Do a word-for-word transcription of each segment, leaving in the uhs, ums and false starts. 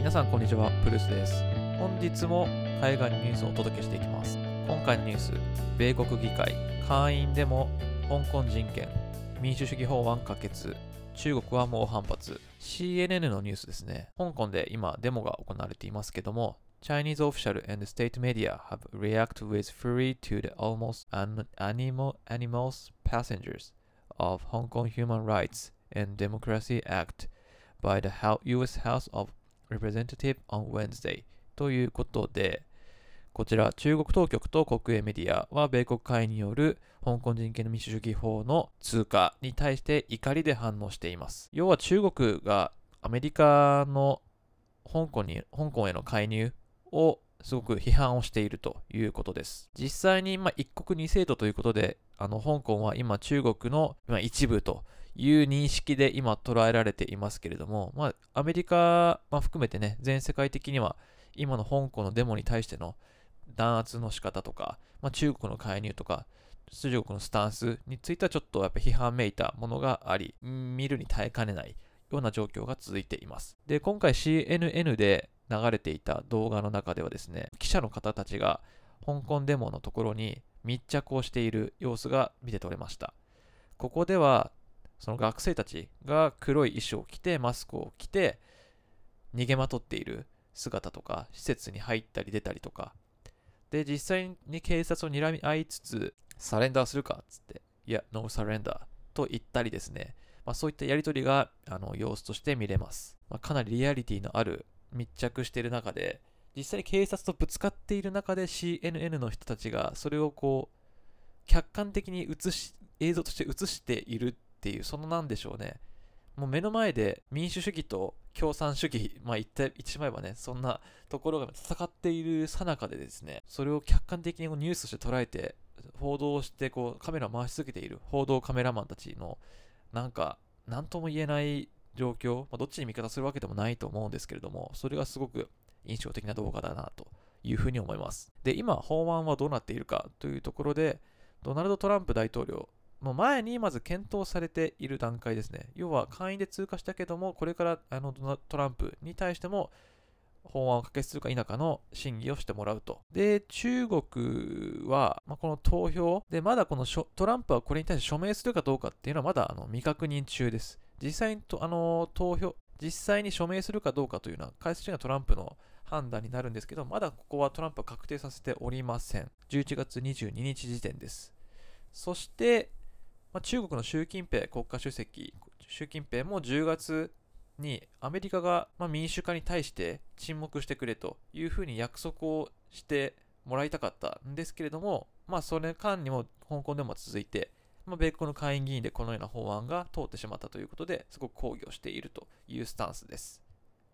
皆さんこんにちは、プルースです。本日も海外のニュースをお届けしていきます。今回のニュース、米国議会、下院でも香港人権、民主主義法案可決、中国は猛反発、シーエヌエヌ のニュースですね。香港で今デモが行われていますけども、Chinese official and state media have reacted with fury to the almost animal, animals passengers of Hong Kong Human Rights and Democracy Act by the U S House of Representative on Wednesday ということで、こちら中国当局と国営メディアは米国会による香港人権の民主主義法の通過に対して怒りで反応しています。要は中国がアメリカの香港に香港への介入をすごく批判をしているということです。実際にまあ一国二制度ということで、あの香港は今中国の一部という認識で今捉えられていますけれども、まあ、アメリカ、まあ、含めてね、全世界的には今の香港のデモに対しての弾圧の仕方とか、まあ、中国の介入とか、中国のスタンスについてはちょっとやっぱ批判めいたものがあり、見るに耐えかねないような状況が続いています。で、今回 シーエヌエヌ で流れていた動画の中ではですね、記者の方たちが香港デモのところに密着をしている様子が見て取れました。ここではその学生たちが黒い衣装を着てマスクを着て逃げまとっている姿とか、施設に入ったり出たりとかで、実際に警察を睨み合いつつサレンダーするかっつって、いや、ノーサレンダーと言ったりですね、まあ、そういったやり取りがあの様子として見れます。まあ、かなりリアリティのある密着している中で、実際に警察とぶつかっている中で シーエヌエヌ の人たちがそれをこう客観的に映し映像として映しているっていう、そのなんでしょうね、もう目の前で民主主義と共産主義、まあ言って言ってしまえばね、そんなところが戦っている最中でですね、それを客観的にニュースとして捉えて報道してこうカメラを回し続けている報道カメラマンたちのなんか何とも言えない状況、まあ、どっちに味方するわけでもないと思うんですけれども、それがすごく印象的な動画だなというふうに思います。で、今法案はどうなっているかというところで、ドナルド・トランプ大統領の前にまず検討されている段階ですね。要は下院で通過したけども、これからあのトランプに対しても法案を可決するか否かの審議をしてもらうと。で、中国は、まあ、この投票で、まだこのトランプはこれに対して署名するかどうかっていうのはまだあの未確認中です。実際にとあの投票、実際に署名するかどうかというのは、開始中はトランプの判断になるんですけど、まだここはトランプは確定させておりません。じゅういちがつにじゅうににち時点です。そして、まあ、中国の習近平国家主席、習近平もじゅうがつにアメリカがまあ民主化に対して沈黙してくれというふうに約束をしてもらいたかったんですけれども、まあそれ間にも香港でも続いて、まあ、米国の下院議員でこのような法案が通ってしまったということですごく抗議をしているというスタンスです。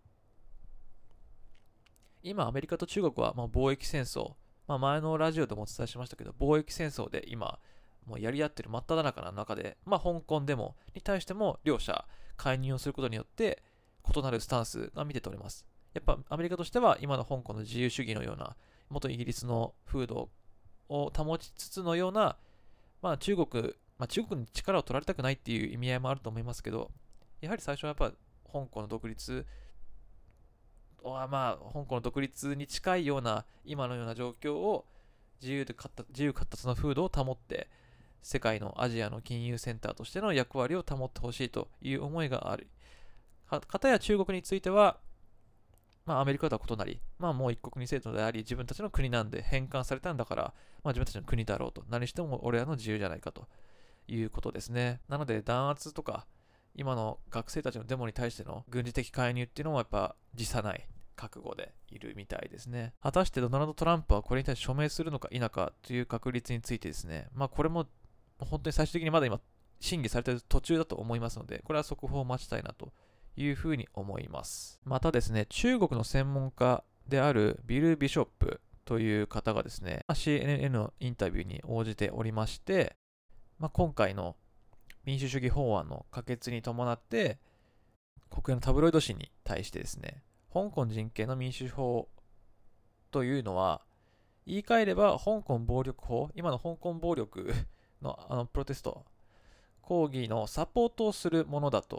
今アメリカと中国はまあ貿易戦争、まあ、前のラジオでもお伝えしましたけど、貿易戦争で今もうやり合ってる真っ只中な中で、まあ、香港デモに対しても両者介入をすることによって異なるスタンスが見て取れます。やっぱアメリカとしては今の香港の自由主義のような元イギリスの風土を保ちつつのような、まあ、中国、まあ、中国に力を取られたくないっていう意味合いもあると思いますけど、やはり最初はやっぱ香港の独立はまあ香港の独立に近いような今のような状況を自由で自由闊達な風土を保って世界のアジアの金融センターとしての役割を保ってほしいという思いがある。かたや中国については、まあ、アメリカとは異なり、まあ、もう一国二制度であり、自分たちの国なんで返還されたんだから、まあ、自分たちの国だろうと、何しても俺らの自由じゃないかということですね。なので弾圧とか、今の学生たちのデモに対しての軍事的介入っていうのもやっぱ辞さない覚悟でいるみたいですね。果たしてドナルド・トランプはこれに対して署名するのか否かという確率についてですね、まあこれも本当に最終的にまだ今審議されている途中だと思いますので、これは速報を待ちたいなというふうに思います。またですね、中国の専門家であるビル・ビショップという方がですね、シーエヌエヌ のインタビューに応じておりまして、まあ、今回の民主主義法案の可決に伴って国営のタブロイド紙に対してですね、香港人権の民主法というのは言い換えれば香港暴力法、今の香港暴力のあのプロテスト抗議のサポートをするものだと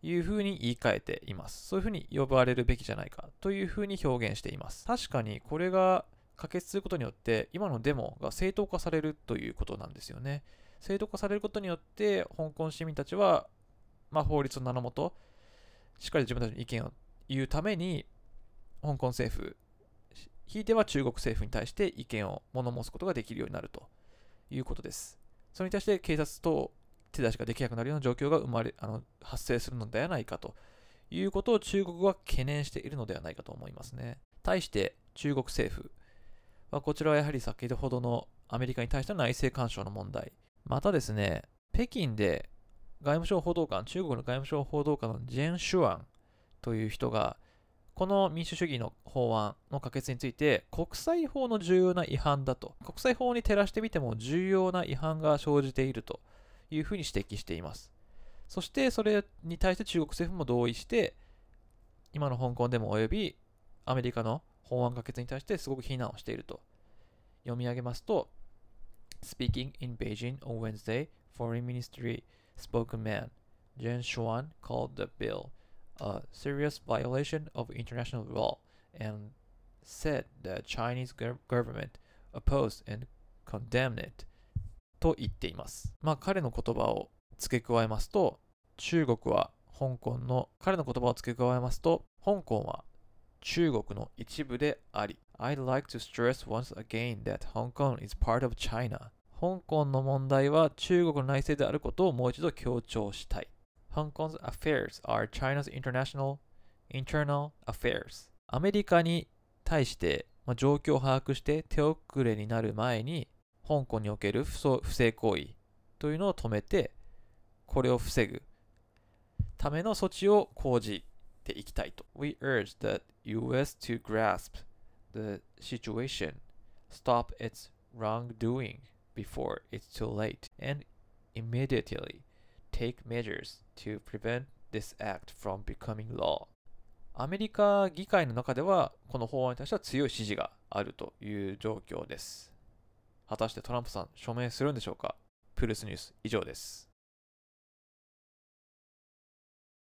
いうふうに言い換えています。そういうふうに呼ばれるべきじゃないかというふうに表現しています。確かにこれが可決することによって今のデモが正当化されるということなんですよね。正当化されることによって香港市民たちは、まあ、法律の名のもとしっかり自分たちの意見を言うために香港政府ひいては中国政府に対して意見を物申すことができるようになるということです。それに対して警察と手出しができなくなるような状況が生まれあの発生するのではないかということを中国は懸念しているのではないかと思いますね。対して中国政府はこちらはやはり先ほどのアメリカに対しての内政干渉の問題、またですね、北京で外務省報道官、中国の外務省報道官のジェン・シュアンという人がこの民主主義の法案の可決について国際法の重要な違反だと、国際法に照らしてみても重要な違反が生じているというふうに指摘しています。そしてそれに対して中国政府も同意して、今の香港でもおよびアメリカの法案可決に対してすごく非難をしていると。読み上げますと、Speaking in Beijing on Wednesday, Foreign Ministry spokesman Jen Shuan called the bill a serious violation of international law and said the Chinese government opposed and condemned it と言っています。まあ彼の言葉を付け加えますと、中国は香港の彼の言葉を付け加えますと、香港は中国の一部であり、I'd like to stress once again that Hong Kong is part of China. 香港の問題は中国の内政であることをもう一度強調したい。Hong Kong's affairs are China's international internal affairs. アメリカに対して、まあ、状況を把握して手遅れになる前に、香港における不正行為というのを止めて、これを防ぐための措置を講じていきたいと。We urge the ユーエス to grasp the situation, stop its wrongdoing before it's too late, and immediately take measures to prevent this act from becoming law. アメリカ議会の中ではこの法案に対しては強い支持があるという状況です。果たしてトランプさん署名するんでしょうか。プルスニュース以上です。